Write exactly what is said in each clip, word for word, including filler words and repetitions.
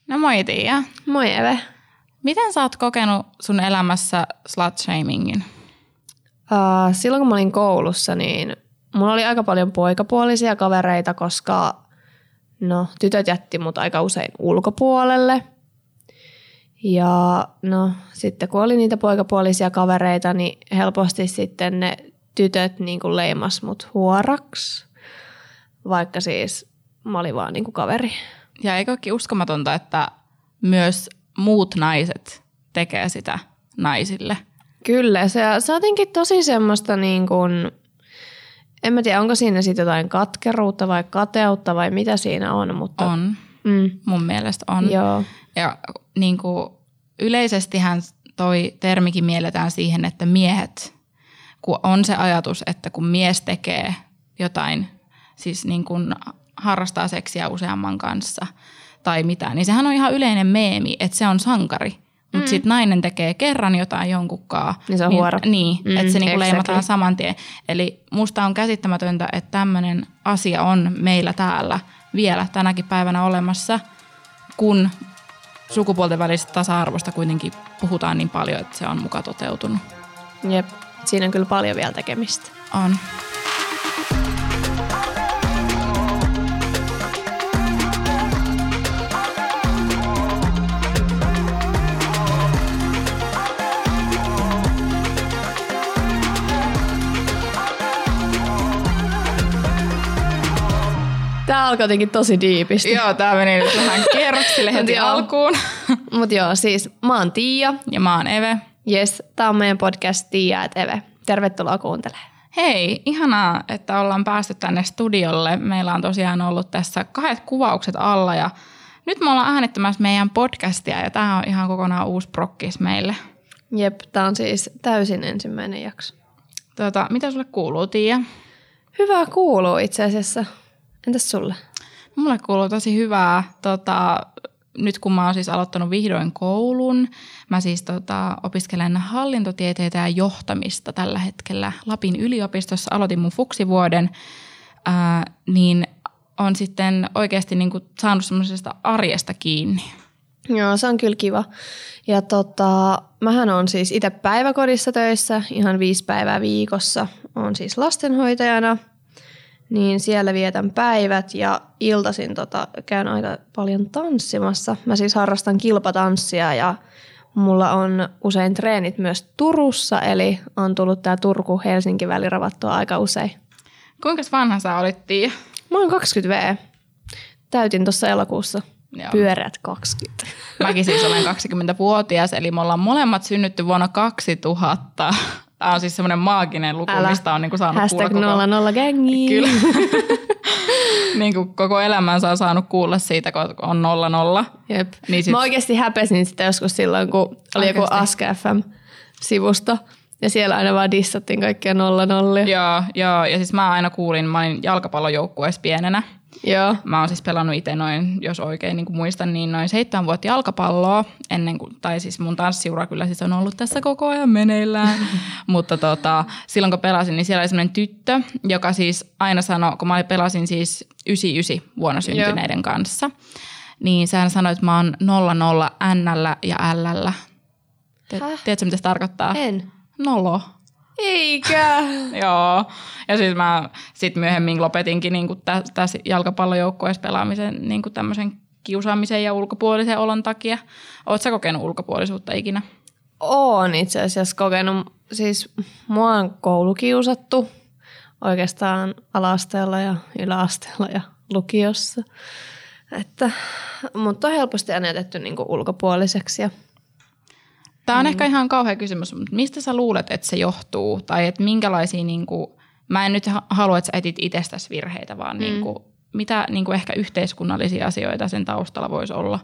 No moi Tiia. Moi Eve. Miten sä oot kokenut sun elämässä slut-shamingin? Uh, silloin kun mä olin koulussa, niin mulla oli aika paljon poikapuolisia kavereita, koska no, tytöt jätti mut aika usein ulkopuolelle. Ja no, sitten kun oli niitä poikapuolisia kavereita, niin helposti sitten ne tytöt niin kuin leimas mut huoraksi, vaikka siis mä olin vaan niin kuin kaveri. Ja eikö olekin uskomatonta, että myös muut naiset tekee sitä naisille? Kyllä, se, se on jotenkin tosi semmoista niin kuin, en mä tiedä, onko siinä sitten jotain katkeruutta vai kateutta vai mitä siinä on. Mutta on, mm. mun mielestä on. Joo. Ja niin kuin yleisestihän toi termikin mielletään siihen, että miehet, kun on se ajatus, että kun mies tekee jotain, siis niin kuin harrastaa seksiä useamman kanssa tai mitään, niin sehän on ihan yleinen meemi, että se on sankari. Mutta mm. sitten nainen tekee kerran jotain jonkunkaan. Niin se on niin, huoro. Niin, mm, että se niinku exactly. leimataan saman tien. Eli musta on käsittämätöntä, että tämmöinen asia on meillä täällä vielä tänäkin päivänä olemassa, kun sukupuolten välisestä tasa-arvosta kuitenkin puhutaan niin paljon, että se on muka toteutunut. Jep, siinä on kyllä paljon vielä tekemistä. On. Tää alkoi jotenkin tosi diipisti. Joo, tää meni nyt vähän kierroksille heti alkuun. Mut joo, siis mä oon Tiia. Ja mä oon Eve. Jes, tää on meidän podcast Tiia et Eve. Tervetuloa kuuntelemaan. Hei, ihanaa, että ollaan päästy tänne studiolle. Meillä on tosiaan ollut tässä kahdet kuvaukset alla ja nyt me ollaan äänittämässä meidän podcastia ja tää on ihan kokonaan uusi prokkis meille. Jep, tää on siis täysin ensimmäinen jakso. Tota, mitä sulle kuuluu, Tiia? Hyvää kuuluu itse asiassa. Entäs sulle? Mulle kuuluu tosi hyvää. Tota, nyt kun mä oon siis aloittanut vihdoin koulun, mä siis tota, opiskelen hallintotieteitä ja johtamista tällä hetkellä Lapin yliopistossa. Aloitin mun fuksivuoden, ää, niin on sitten oikeasti niinku saanut semmoisesta arjesta kiinni. Joo, se on kyllä kiva. Ja tota, mähän on siis itse päiväkodissa töissä ihan viisi päivää viikossa. Oon siis lastenhoitajana. Niin siellä vietän päivät ja iltaisin tota, käyn aika paljon tanssimassa. Mä siis harrastan kilpatanssia ja mulla on usein treenit myös Turussa, eli on tullut tää Turku-Helsinki väli ravattua aika usein. Kuinka vanha sä olit, Tiia? Mä oon kaksikymmentä vuotta. Täytin tuossa elokuussa. Joo. Pyöreät kaksikymmentä. Mäkin siis olen kaksikymmentävuotias, eli me ollaan molemmat synnytty vuonna kaksituhatta. Tämä on siis semmoinen maaginen luku, Älä. mistä on niinku saanut Hashtag kuulla koko... nolla nolla gängi. Kyllä. Niinku koko elämänsä on saanut kuulla siitä, kun on nolla nolla. Jep. Niin sit... Mä oikeasti häpesin sitä joskus silloin, kun oli oikeasti joku Ask F M-sivusto. Ja siellä aina vaan dissattiin kaikkia nolla nollia. Joo, joo, ja siis mä aina kuulin, mä olin jalkapallojoukkueessa pienenä. Joo. Mä oon siis pelannut itse noin, jos oikein niin kuin muistan, niin noin seitsemän vuotta jalkapalloa ennen kuin, tai siis mun tanssiura kyllä siis on ollut tässä koko ajan meneillään. Mutta tota, silloin kun pelasin, niin siellä oli semmoinen tyttö, joka siis aina sanoi, kun mä pelasin siis yhdeksänkymmentäyhdeksän vuonna syntyneiden Joo. kanssa, niin sehän sanoi, että mä oon nolla nolla N:llä ja L:llä. Tiedätkö, mitä se tarkoittaa? En. Nolo. Eikä. Joo. Ja siis mä sit myöhemmin lopetinkin niinku tä, tässä jalkapallojoukkueessa pelaamisen niinku tämmöisen kiusaamisen ja ulkopuolisen olon takia. Ootko sä kokenut ulkopuolisuutta ikinä? Oon itse asiassa kokenut. Siis mua on koulukiusattu oikeastaan ala-asteella ja yläasteella ja lukiossa. Että, mutta on helposti aina jätetty niinku ulkopuoliseksi ja Tämä on mm. ehkä ihan kauhea kysymys, mutta mistä sä luulet, että se johtuu? Tai että minkälaisia, niin kuin, mä en nyt halua, että sä etit itsestäsi virheitä, vaan mm. niin kuin, mitä niin kuin ehkä yhteiskunnallisia asioita sen taustalla voisi olla?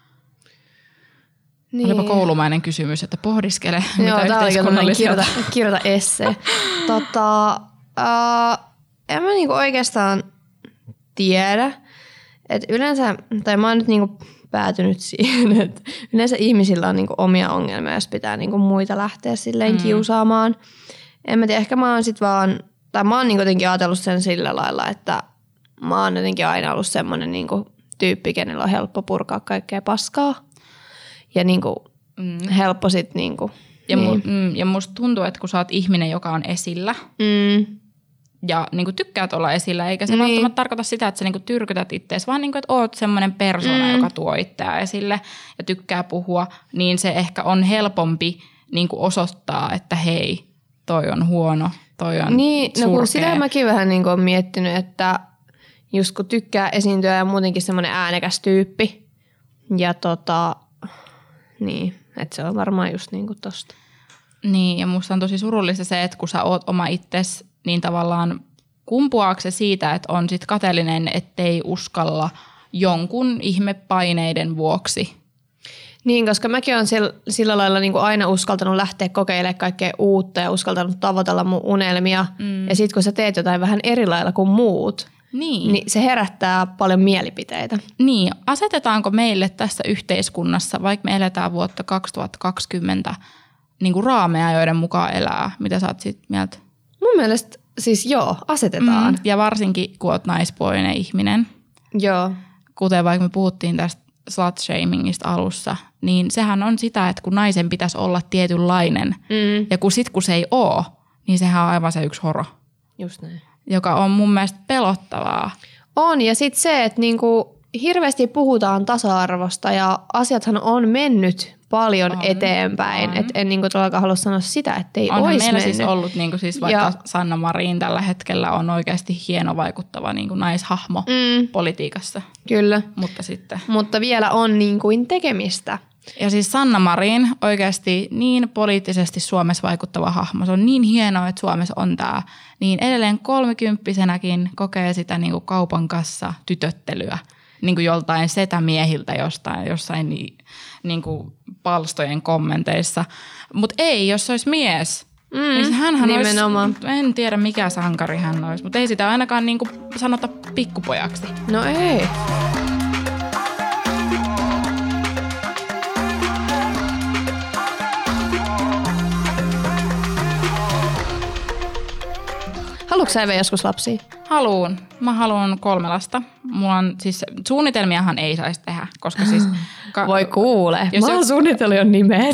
Niin. Olipa koulumainen kysymys, että pohdiskele, Joo, mitä yhteiskunnallisia... Kirjoita, kirjoita essee. tota, uh, en mä niinku oikeastaan tiedä. Et yleensä, tai mä oon nyt niinku päätynyt siihen, että yleensä ihmisillä on niinku omia ongelmia, jos pitää niinku muita lähteä silleen mm. kiusaamaan. En mä tiedä, ehkä mä oon sit vaan, tai mä oon niinku jotenkin ajatellut sen sillä lailla, että mä oon jotenkin aina ollut semmoinen niinku tyyppi, kenellä on helppo purkaa kaikkea paskaa. Ja niinku mm. helppo sit niinku. Ja, niin. mu, mm, ja musta tuntuu, että kun sä oot ihminen, joka on esillä Mm. ja niinku tykkäät olla esillä, eikä se niin. välttämättä tarkoita sitä, että sä niinku tyrkytät ittees, vaan niinku, että oot semmoinen persona, mm. joka tuo itseään esille ja tykkää puhua, niin se ehkä on helpompi niinku osoittaa, että hei, toi on huono, toi on Niin, surkea. no kun sitä mäkin vähän niinku on miettinyt, että just kun tykkää esiintyä ja muutenkin semmoinen äänekäs tyyppi. Ja tota, niin, että se on varmaan just niinku tosta. Niin, ja musta on tosi surullista se, että kun sä oot oma itses, niin tavallaan kumpuaako se siitä, että on sit kateellinen, ettei uskalla jonkun ihmepaineiden vuoksi. Niin, koska mäkin olen sillä, sillä lailla niin kuin aina uskaltanut lähteä kokeilemaan kaikkea uutta ja uskaltanut tavoitella mun unelmia. Mm. Ja sitten kun sä teet jotain vähän eri lailla kuin muut, niin. niin se herättää paljon mielipiteitä. Niin, asetetaanko meille tässä yhteiskunnassa, vaikka me eletään vuotta kaksituhattakaksikymmentä, niin kuin raameja, joiden mukaan elää? Mitä sä oot sit mieltä? Mun mielestä siis joo, asetetaan. Mm, ja varsinkin, kun oot naispuolinen ihminen. Joo. Kuten vaikka me puhuttiin tästä slut-shamingista alussa, niin sehän on sitä, että kun naisen pitäisi olla tietynlainen, mm. ja kun sit kun se ei oo, niin sehän on aivan se yksi horo. Just näin. Joka on mun mielestä pelottavaa. On, ja sitten se, että niinku hirveästi puhutaan tasa-arvosta, ja asiathan on mennyt paljon on, eteenpäin. Että en niinku todellakaan halua sanoa sitä, että ei Onhan olisi meillä mennyt. siis ollut, niinku siis vaikka ja, Sanna Marin tällä hetkellä on oikeasti hieno vaikuttava niinku naishahmo mm, politiikassa. Kyllä. Mutta sitten. Mutta vielä on niin kuin tekemistä. Ja siis Sanna Marin oikeasti niin poliittisesti Suomessa vaikuttava hahmo. Se on niin hienoa, että Suomessa on tämä. Niin edelleen kolmikymppisenäkin kokee sitä niinku kaupan kassa tytöttelyä. Niin kuin joltain setämiehiltä jostain, jossain ni, niin kuin palstojen kommenteissa. Mutta ei, jos se olisi mies. Mm, niin hänhän nimenomaan. Olisi, en tiedä mikä sankari hän olisi, mutta ei sitä ainakaan niin kuin sanota pikkupojaksi. No ei. Haluatko sä Eve joskus lapsia? Haluun. Mä haluan kolme lasta. Mulla on siis, suunnitelmiahan ei saisi tehdä, koska siis... Ka- Voi kuule, jos mä oon jos... suunnitellut jo nimet.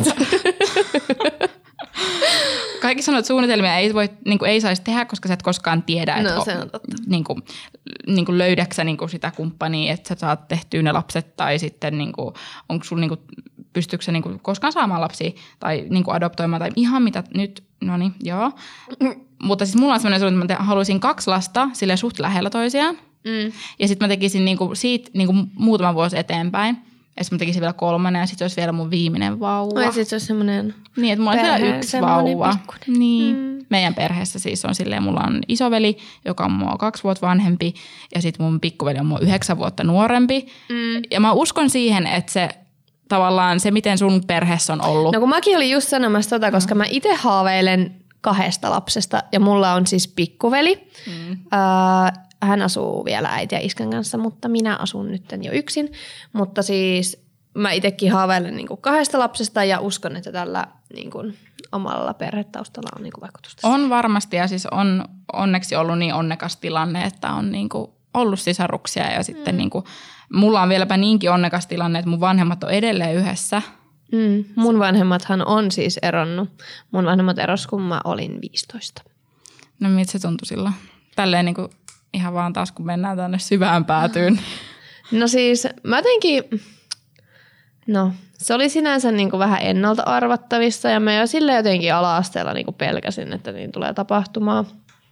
Kaikki sanoo, että suunnitelmia ei, voi, niin kuin ei saisi tehdä, koska sä et koskaan tiedä, että no, se on totta. Niin kuin, niin kuin löydäksä niin kuin sitä kumppania, että sä saat tehtyä ne lapset tai sitten niin kuin, onko sulla niin kuin, pystyykö sä niin kuin, koskaan saamaan lapsia tai niin kuin adoptoimaan tai ihan mitä nyt, no niin, joo. Mm. Mutta siis mulla on sellainen suunnitelma, että haluaisin kaksi lasta silleen suht lähellä toisiaan mm. ja sitten mä tekisin niin kuin, siitä niin kuin, muutaman vuosi eteenpäin. Ja sitten mä tekisin vielä kolmannen ja sitten se olisi vielä mun viimeinen vauva. Ai sitten se olisi semmoinen niin, että mulla on perhe, vielä yksi vauva. Pikkuinen. Niin. Mm. Meidän perheessä siis on silleen, mulla on isoveli, joka on mua kaksi vuotta vanhempi ja sitten mun pikkuveli on mua yhdeksän vuotta nuorempi. Mm. Ja mä uskon siihen, että se tavallaan se, miten sun perheessä on ollut. No kun mäkin olin just sanomassa tota, koska mä itse haaveilen kahdesta lapsesta ja mulla on siis pikkuveli. Mm. Öö, hän asuu vielä äiti ja iskän kanssa, mutta minä asun nyt jo yksin. Mutta siis mä itsekin haaveilen niin kuin kahdesta lapsesta ja uskon, että tällä niin kuin omalla perhetaustalla on niin kuin vaikutusta. On varmasti ja siis on onneksi ollut niin onnekas tilanne, että on niin kuin ollut sisaruksia ja sitten mm. niin kuin, mulla on vieläpä niinkin onnekas tilanne, että mun vanhemmat on edelleen yhdessä. Mm. Mun vanhemmathan on siis eronnut. Mun vanhemmat eros, kun mä olin viisitoista. No miltä se tuntui silloin? Tälleen niin kuin ihan vaan taas, kun mennään tänne syvään päätyyn. No siis mä jotenkin, no se oli sinänsä niin kuin vähän ennalta arvattavissa ja mä jo silleen jotenkin ala-asteella niin kuin pelkäsin, että niin tulee tapahtumaan.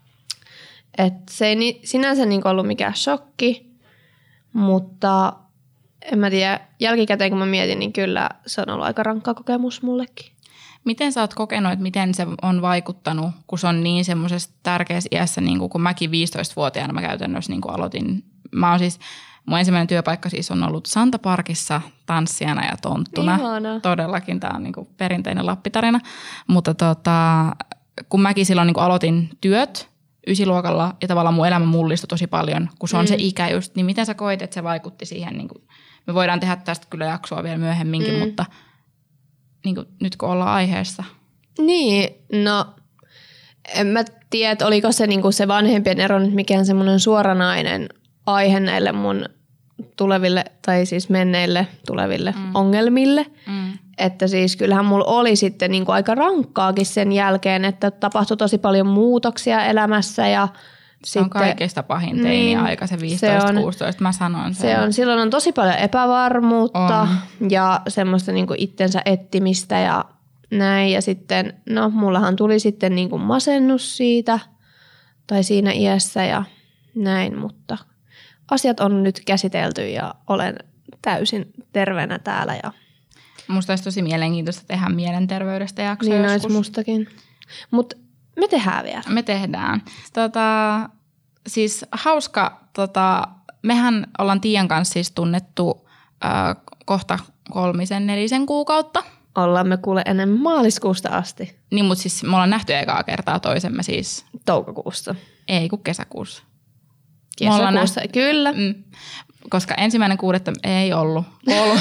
Et se ei ni, sinänsä niin kuin ollut mikään shokki, mutta en mä tiedä, jälkikäteen kun mä mietin, niin kyllä se on ollut aika rankka kokemus mullekin. Miten sä oot kokenut, että miten se on vaikuttanut, kun se on niin semmoisessa tärkeässä iässä, niin kuin kun mäkin viisitoistavuotiaana mä käytännössä niin kuin aloitin. Mä oon siis, mun ensimmäinen työpaikka siis on ollut Santa Parkissa tanssijana ja tonttuna. Ihana. Todellakin tämä on niin kuin perinteinen lappitarina. Mutta tota, kun mäkin silloin niin kuin aloitin työt ysiluokalla ja tavallaan mun elämä mullistui tosi paljon, kun se on mm. se ikä just, niin miten sä koit, että se vaikutti siihen? Niin kuin, me voidaan tehdä tästä kyllä jaksoa vielä myöhemminkin, mm. mutta... Niin kuin nyt kun ollaan aiheessa. Niin, no en mä tiedä, oliko se, niin kuin se vanhempien ero nyt mikään semmoinen suoranainen aihe näille mun tuleville tai siis menneille tuleville mm. ongelmille. Mm. Että siis kyllähän mulla oli sitten niin kuin aika rankkaakin sen jälkeen, että tapahtui tosi paljon muutoksia elämässä ja se sitten, on kaikista pahin teini-aika, se viisitoista kuusitoista, mä sanon sen. Se on, silloin on tosi paljon epävarmuutta on. Ja semmoista niin kuin itsensä etsimistä ja näin. Ja sitten, no mullahan tuli sitten niin kuin masennus siitä tai siinä iässä ja näin, mutta asiat on nyt käsitelty ja olen täysin terveenä täällä. Ja musta olisi tosi mielenkiintoista tehdä mielenterveydestä jakso niin joskus. Niin mustakin. Mutta me tehdään vielä. Me tehdään. Tota, siis hauska, tota, mehän ollaan Tiian kanssa siis tunnettu äh, kohta kolmisen nelisen kuukautta. Ollaan me kuule ennen maaliskuusta asti. Niin, mutta siis me ollaan nähty ekaa kertaa toisemme siis. Toukokuussa. Ei, kun kesäkuussa. Kesäkuussa, nähty, kyllä. Mm, koska ensimmäinen kuudetta ei ollut. Kol-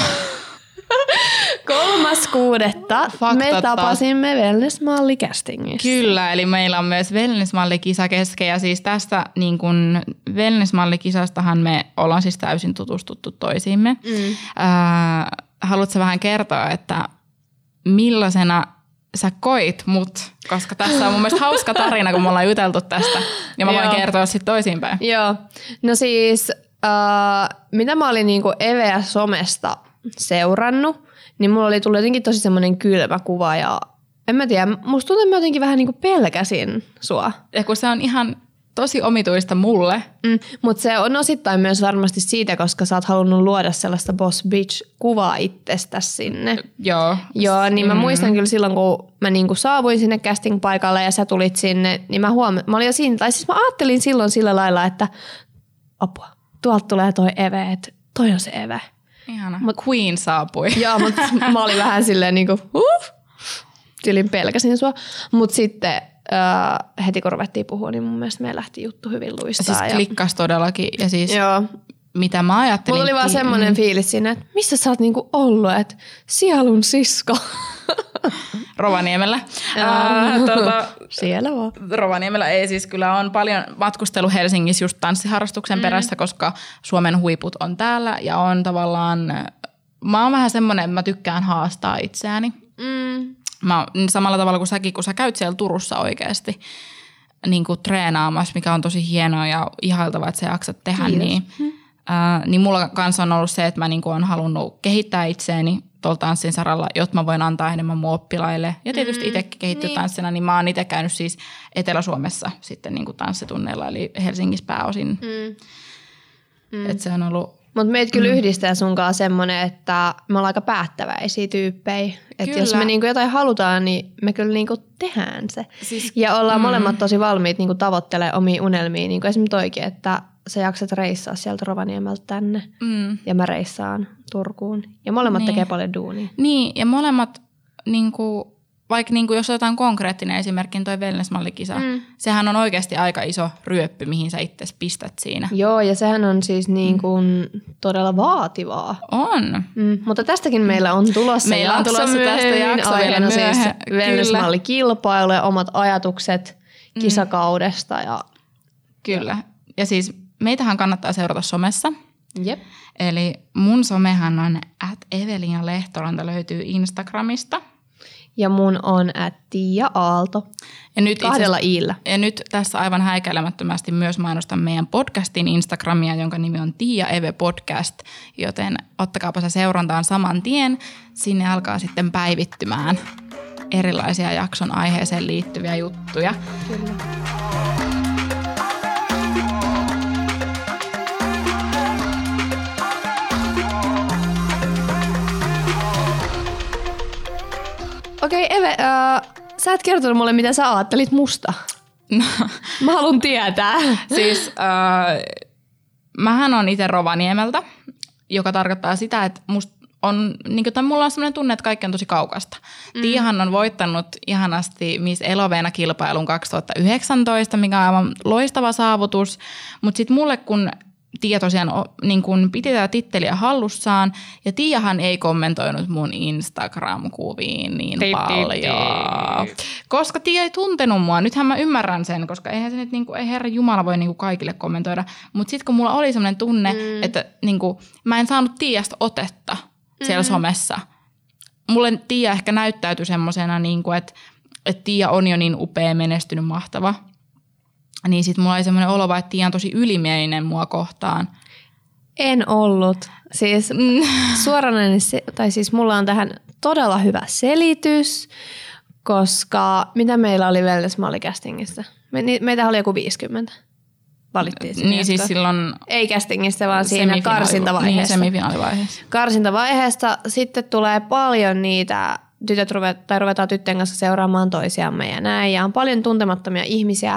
Kolmas kuudetta me tapasimme Wellness-malli-castingissa. Kyllä, eli meillä on myös Wellness-malli-kisa kesken. Ja siis tästä niin kun Wellness-malli-kisastahan me ollaan siis täysin tutustuttu toisiimme. Mm. Äh, haluatko vähän kertoa, että millaisena sä koit mut? Koska tässä on mun mielestä hauska tarina, kun me ollaan juteltu tästä. Ja mä voin kertoa sitten toisinpäin. Joo, no siis äh, mitä mä olin niinku Eveä somesta seurannut, niin mulla oli tullut jotenkin tosi semmoinen kylmä kuva ja en mä tiedä, musta tuntuu, että mä jotenkin vähän niinku pelkäsin sua. Ja kun se on ihan tosi omituista mulle. Mm, mutta se on osittain myös varmasti siitä, koska sä oot halunnut luoda sellaista boss bitch-kuvaa itsestäsi sinne. Joo. Joo, niin mä mm. muistan kyllä silloin, kun mä niinku saavuin sinne casting-paikalle ja sä tulit sinne, niin mä huomasin, mä olin jo siinä, tai siis mä ajattelin silloin sillä lailla, että apua, tuolta tulee toi Eve, että toi on se Eve. Ihana. Mut, Queen saapui. Joo, mutta mä olin vähän silleen niinku, uh, tylin pelkäsin sua. Mutta sitten äh, heti kun ruvettiin puhua, niin mun mielestä me lähti juttu hyvin luistaa. Siis klikkasi todellakin. Ja siis joo. Mitä mä ajattelin. Mulla oli vaan semmoinen mm. fiilis siinä, että missä sä oot niinku ollut, että sielun sisko. Rovaniemellä. Ää, tuota, siellä vaan. Rovaniemellä ei siis kyllä on paljon matkustelu Helsingissä just tanssiharrastuksen mm. perässä, koska Suomen huiput on täällä ja on tavallaan, mä oon vähän semmoinen, että mä tykkään haastaa itseäni. Mm. Mä, samalla tavalla kuin säkin, kun sä käyt siellä Turussa oikeasti niin kuin treenaamassa, mikä on tosi hienoa ja ihailtavaa, että sä jaksat tehdä. Niin, mm. ää, niin mulla kanssa on ollut se, että mä niin kuin oon halunnut kehittää itseäni tuolla tanssin saralla, jotta mä voin antaa enemmän mun oppilaille. Ja tietysti mm, itsekin kehittyä niin. tanssina, niin mä oon itse käynyt siis Etelä-Suomessa sitten niin kuin tanssitunneilla, eli Helsingissä pääosin. Mm. Mm. Että se on ollut. Mutta meitä kyllä mm. yhdistää sunkaan semmoinen, että me ollaan aika päättäväisiä tyyppejä. Että jos me niinku jotain halutaan, niin me kyllä niinku tehdään se. Siis, ja ollaan mm. molemmat tosi valmiit niinku tavoittelemaan omia unelmia. Niinku esimerkiksi toikin, että sä jaksat reissaa sieltä Rovaniemeltä tänne mm. ja mä reissaan Turkuun. Ja molemmat niin. tekee paljon duunia. Niin, ja molemmat, niinku, vaikka niinku, jos otetaan konkreettinen esimerkki, niin toi Wellness-mallikisa, mm. sehän on oikeasti aika iso ryöppy, mihin sä itse pistät siinä. Joo, ja sehän on siis niinku mm. todella vaativaa. On. Mm, mutta tästäkin meillä on tulossa meillä on tulossa tästä jakso vielä myöhemmin. Siis Wellness-mallikilpailu ja omat ajatukset kisakaudesta. Ja, kyllä. Ja siis meitähän kannattaa seurata somessa. Jep. Eli mun somehan on at Evelina Lehtoranta, löytyy Instagramista. Ja mun on at Tiia Aalto. Ja nyt kahdella iillä. Ja nyt tässä aivan häikäilemättömästi myös mainostan meidän podcastin Instagramia, jonka nimi on Tiia Eve Podcast. Joten ottakaapa se seurantaan saman tien. Sinne alkaa sitten päivittymään erilaisia jakson aiheeseen liittyviä juttuja. Kyllä. Okei, okay, Eve, äh, sä et kertonut mulle, mitä sä ajattelit musta. No. Mä haluan tietää. Siis äh, mähän on itse Rovaniemeltä, joka tarkoittaa sitä, että musta on, niin kuin, tai mulla on sellainen tunne, että kaikki on tosi kaukasta. Mm. Tiiahan on voittanut ihanasti Miss Eloveena-kilpailun kaksituhattayhdeksäntoista, mikä on aivan loistava saavutus. Mutta sitten mulle, kun Tiia tosiaan niin kun piti tätä titteliä hallussaan, ja Tiiahan ei kommentoinut mun Instagram-kuviin niin paljon, koska Tiia ei tuntenut mua. Nythän mä ymmärrän sen, koska eihän se nyt, niin kuin, ei Herra Jumala voi niin kuin kaikille kommentoida, mutta sitten kun mulla oli sellainen tunne, mm. että niin kuin, mä en saanut Tiiasta otetta siellä mm-hmm. somessa. Mulle Tiia ehkä näyttäytyi semmoisena, niin kuin, että, että Tiia on jo niin upea, menestynyt, mahtava. Niin sit mulla oli semmoinen olo, että Tiia on tosi ylimielinen mua kohtaan. En ollut. Siis suoranainen, tai siis mulla on tähän todella hyvä selitys, koska mitä meillä oli Wellness-malli-castingissa? Me, meitä oli joku viisikymmentä. Valittiin sinne. Niin siis silloin... Ei castingissa, vaan siinä karsintavaiheessa. Niin, semifinaalivaiheessa. Karsintavaiheesta sitten tulee paljon niitä, tytöt ruvet, tai ruvetaan tyttöjen kanssa seuraamaan toisiamme ja näin. Ja on paljon tuntemattomia ihmisiä,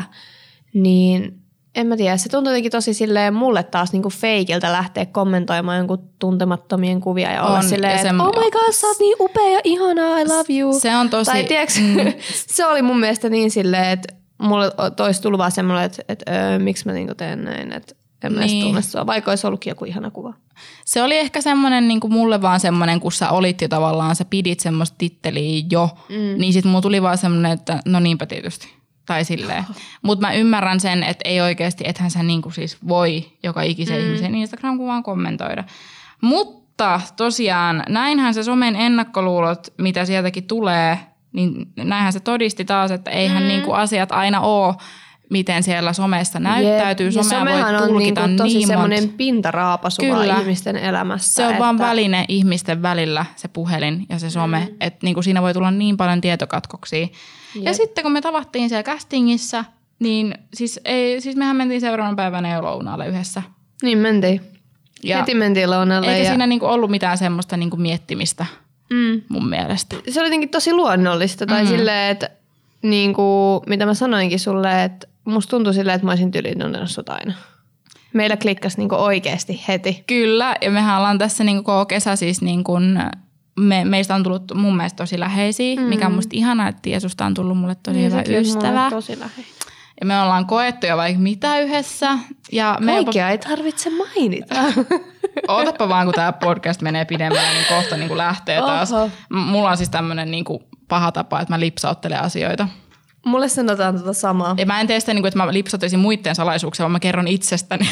niin en mä tiedä. Se tuntuu jotenkin tosi silleen mulle taas niinku feikiltä lähteä kommentoimaan jonkun tuntemattomien kuvia ja olla on, silleen, että oh my god, sä oot niin upea ja ihanaa, I love you. Se on tosi... Tai tiiäks, mm. se oli mun mielestä niin silleen, että mulle toisi tullut vaan semmoinen, että, että öö, miksi mä niinku teen näin, että en mä niin. edes tunne sua, vaikka olisi ollutkin joku ihana kuva. Se oli ehkä semmoinen niinku mulle vaan semmoinen, kun sä olit jo tavallaan, sä pidit semmoista titteliä jo, mm. niin sit mulla tuli vaan semmoinen, että no niinpä tietysti. Tai silleen. Mutta mä ymmärrän sen, että ei oikeasti, ethän sä niinku siis voi joka ikisen mm. ihmisen Instagram-kuvaan kommentoida. Mutta tosiaan, näinhän se somen ennakkoluulot, mitä sieltäkin tulee, niin näinhän se todisti taas, että eihän mm. niinku asiat aina ole, miten siellä somessa näyttäytyy. Somea somehan voi tulkita on niinku tosi niin semmoinen pintaraapasu vaan ihmisten elämässä. Se on että... vaan väline ihmisten välillä, se puhelin ja se some. Mm. Että niinku siinä voi tulla niin paljon tietokatkoksia. Jep. Ja sitten kun me tavattiin siellä castingissa, niin siis, ei, siis mehän mentiin seuraavan päivänä jo lounaalle yhdessä. Niin mentiin. Ja heti mentiin lounaalle. Eikä ja... siinä niinku ollut mitään semmoista niinku miettimistä mm. mun mielestä. Se oli jotenkin tosi luonnollista. Tai mm. silleen, että niinku, mitä mä sanoinkin sulle, että musta tuntui silleen, että mä olisin tyyliin tuntenut sut aina. Meillä klikkasi niinku oikeasti heti. Kyllä, ja mehän ollaan tässä niinku koko kesä siis niinku... Me, meistä on tullut mun mielestä tosi läheisiä, mm. mikä on musta ihanaa, että Jeesusta on tullut mulle tosi niin, hyvä ystävä. Tosi läheinen. Ja me ollaan koettu jo vaikka mitä yhdessä. Ja me Kaikkea jopa... ei tarvitse mainita. Ootapa vaan, kun tää podcast menee pidemmälle, niin kohta niin kuin lähtee taas. Oho. Mulla on siis tämmönen niin kuin paha tapa, että mä lipsauttelen asioita. Mulle sanotaan tota samaa. Ja mä en tee sitä, niin kuin, että mä lipsauttelisin muiden salaisuuksia, vaan mä kerron itsestäni.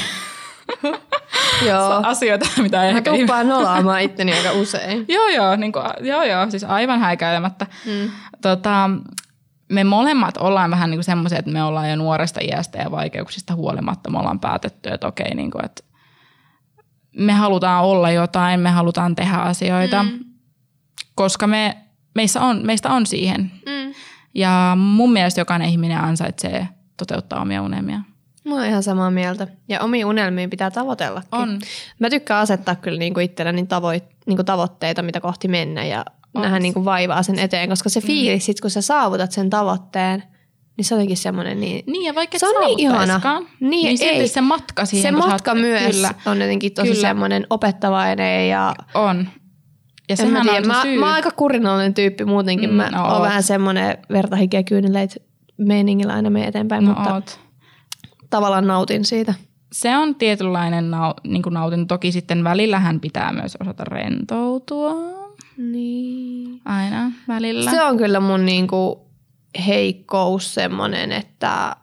Joo. Asioita, mitä mä ehkä... Mä tuppaan nolaamaan itteni aika usein. joo, joo, niin kuin, joo, joo, siis aivan häikäilemättä. Mm. Tota, me molemmat ollaan vähän niin kuin semmoisia, että me ollaan jo nuoresta iästä ja vaikeuksista huolimatta. Me ollaan päätetty, että okei, niin kuin, että me halutaan olla jotain, me halutaan tehdä asioita, mm. koska me, meissä on, meistä on siihen. Mm. Ja mun mielestä jokainen ihminen ansaitsee toteuttaa omia unelmia. Mä oon ihan samaa mieltä. Ja omiin unelmiin pitää tavoitellakin. On. Mä tykkään asettaa kyllä niinku itselleni tavoit, niinku tavoitteita, mitä kohti mennä ja on. Nähdä niinku vaivaa sen eteen, koska se fiilis, mm. sit, kun sä saavutat sen tavoitteen, niin se on jotenkin semmoinen niin... Niin ja vaikka et se on niin ihana. Niin, niin silti ei. Se matka siihen. Se matka myös kyllä. on jotenkin tosi kyllä. semmoinen opettavainen ja... On. Ja sehän mä, on mä, syy. Mä oon aika kurinallinen tyyppi muutenkin. Mm, mä no oon oot. vähän semmoinen vertahikeä kyyneleitä meiningillä aina menen eteenpäin, no mutta... Oot. Tavallaan nautin siitä. Se on tietynlainen nau, niin kuin nautin. Toki sitten välillähän pitää myös osata rentoutua. Niin. Aina välillä. Se on kyllä mun niin kuin heikkous semmoinen, että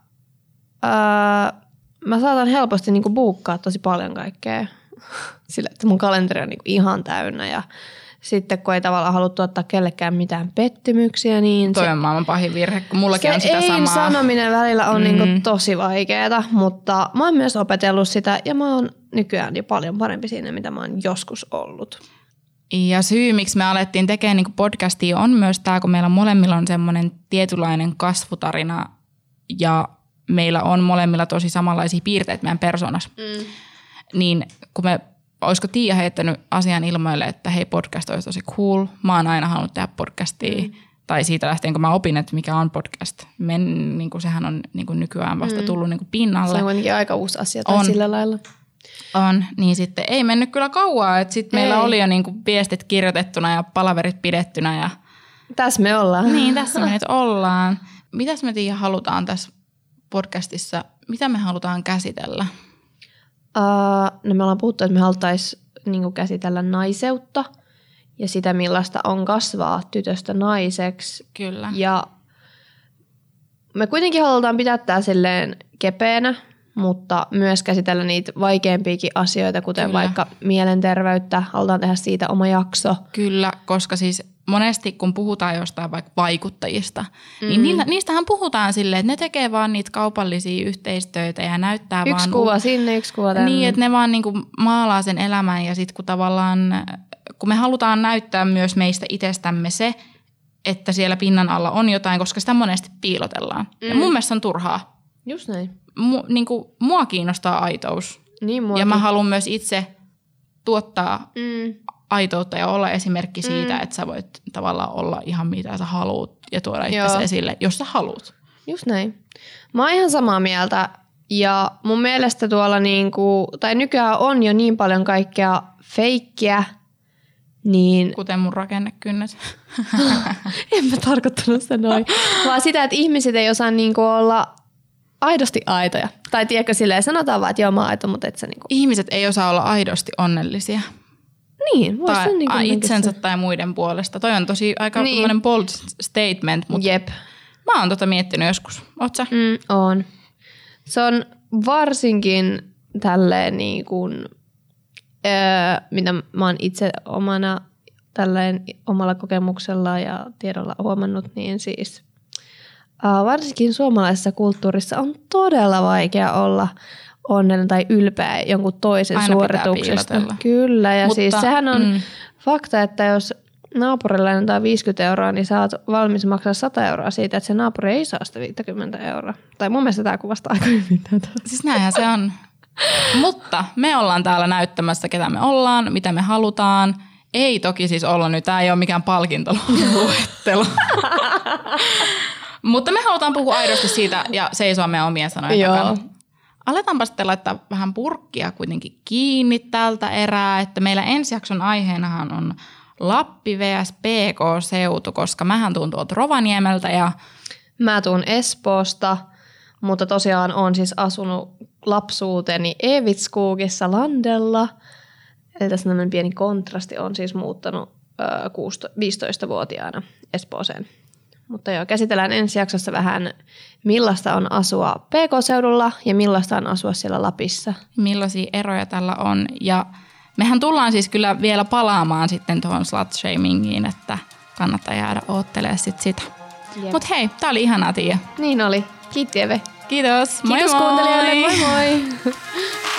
ää, mä saatan helposti niin kuin buukkaa tosi paljon kaikkea. Sillä, että mun kalenteri on niin kuin ihan täynnä ja sitten kun ei tavallaan halua tuottaa kellekään mitään pettymyksiä, niin... Toi se, on maailman pahin virhe, kun mullakin on sitä samaa. Se ei-sanominen välillä on mm. niinku tosi vaikeaa, mutta mä oon myös opetellut sitä ja mä oon nykyään jo paljon parempi siinä, mitä mä oon joskus ollut. Ja syy, miksi me alettiin tekemään niinku podcastia, on myös tämä, kun meillä molemmilla on semmoinen tietynlainen kasvutarina ja meillä on molemmilla tosi samanlaisia piirteitä meidän persoonassa. Mm. Niin kun me... Olisiko Tiia heittänyt asian ilmoille, että hei, podcast olisi tosi cool. Mä oon aina halunnut tehdä podcastia. Mm. Tai siitä lähtien, kun mä opin, että mikä on podcast. Men, niin kuin sehän on niin kuin nykyään vasta tullut niin kuin pinnalle. Se on kuitenkin aika uusi asia tai on. Sillä lailla. On. Niin sitten ei mennyt kyllä kauaa. Sitten meillä oli jo niin kuin viestit kirjoitettuna ja palaverit pidettynä. Ja... Tässä me ollaan. Niin, tässä me nyt ollaan. Mitäs me Tiia halutaan tässä podcastissa? Mitä me halutaan käsitellä? Uh, no me ollaan puhuttu, että me haluttaisiin niin käsitellä naiseutta ja sitä, millaista on kasvaa tytöstä naiseksi. Kyllä. Ja me kuitenkin halutaan pitää tää silleen kepeänä, mutta myös käsitellä niitä vaikeampiakin asioita, kuten Kyllä. vaikka mielenterveyttä. Halutaan tehdä siitä oma jakso. Kyllä, koska siis monesti kun puhutaan jostain vaikka vaikuttajista, mm. niin niillä, niistähän puhutaan silleen, että ne tekee vaan niitä kaupallisia yhteistöitä ja näyttää yksi vaan... Yksi kuva u- sinne, yksi kuva tänne. Niin, että ne vaan niinku maalaa sen elämän ja sitten kun tavallaan, kun me halutaan näyttää myös meistä itsestämme se, että siellä pinnan alla on jotain, koska sitä monesti piilotellaan. Mm. Ja mun mielestä on turhaa. Just näin. Mu, niinku, mua kiinnostaa aitous. Niin muakin. Ja mä haluan myös itse tuottaa mm. aitoutta ja olla esimerkki siitä, mm. että sä voit tavallaan olla ihan mitä sä haluut ja tuoda itsesi esille, jos sä haluut. Just näin. Mä oon ihan samaa mieltä ja mun mielestä tuolla niinku, tai nykyään on jo niin paljon kaikkea feikkiä, niin... Kuten mun rakennekynnet. En mä tarkoittanut sitä noin. Vaan sitä, että ihmiset ei osaa niinku olla aidosti aitoja. Tai tiedätkö silleen, sanotaan vaan, että joo mä oon aito, mutta et sä niinku... Ihmiset ei osaa olla aidosti onnellisia. Niin, vois tai sen niinku itsensä tai muiden puolesta. Toi on tosi aika niin. bold statement, mutta Jep. mä oon tota miettinyt joskus. Oot sä? Mm, on. Se on varsinkin tälleen niin kuin, öö, mitä mä oon itse omana tälleen omalla kokemuksella ja tiedolla huomannut, niin siis öö, varsinkin suomalaisessa kulttuurissa on todella vaikea olla onnellinen tai ylpeä jonkun toisen Aina suorituksesta. Kyllä, ja Mutta, siis sehän on mm. fakta, että jos naapurille antaa viisikymmentä euroa, niin sä oot valmis maksaa sata euroa siitä, että se naapuri ei saa sitä viisikymmentä euroa. Tai mun mielestä tämä kuvastaa aika hyvin tätä. Siis näinhän se on. Mutta me ollaan täällä näyttämässä, ketä me ollaan, mitä me halutaan. Ei toki siis olla nyt, tämä ei ole mikään palkintoluettelo. Mutta me halutaan puhua aidosti siitä ja seisoa meidän omien sanojen takana. Aletaanpa sitten laittaa vähän purkkia kuitenkin kiinni tältä erää, että meillä ensi jakson aiheenahan on Lappi versus P K-seutu, koska mähän tuun tuolta Rovaniemeltä ja... Mä tuun Espoosta, mutta tosiaan on siis asunut lapsuuteni Evitskugissa Landella. Eli tässä tämmöinen pieni kontrasti, on siis muuttanut viisitoistavuotiaana Espooseen. Mutta joo, käsitellään ensi jaksossa vähän, millaista on asua P K-seudulla ja millaista on asua siellä Lapissa. Millaisia eroja tällä on. Ja mehän tullaan siis kyllä vielä palaamaan sitten tuohon slut-shamingiin, että kannattaa jäädä oottelemaan sit sitä. Mutta hei, tää oli ihanaa, Tiia. Niin oli. Kiitti Eve. Kiitos. Moi Kiitos moi. Kuuntelijoille. Moi moi.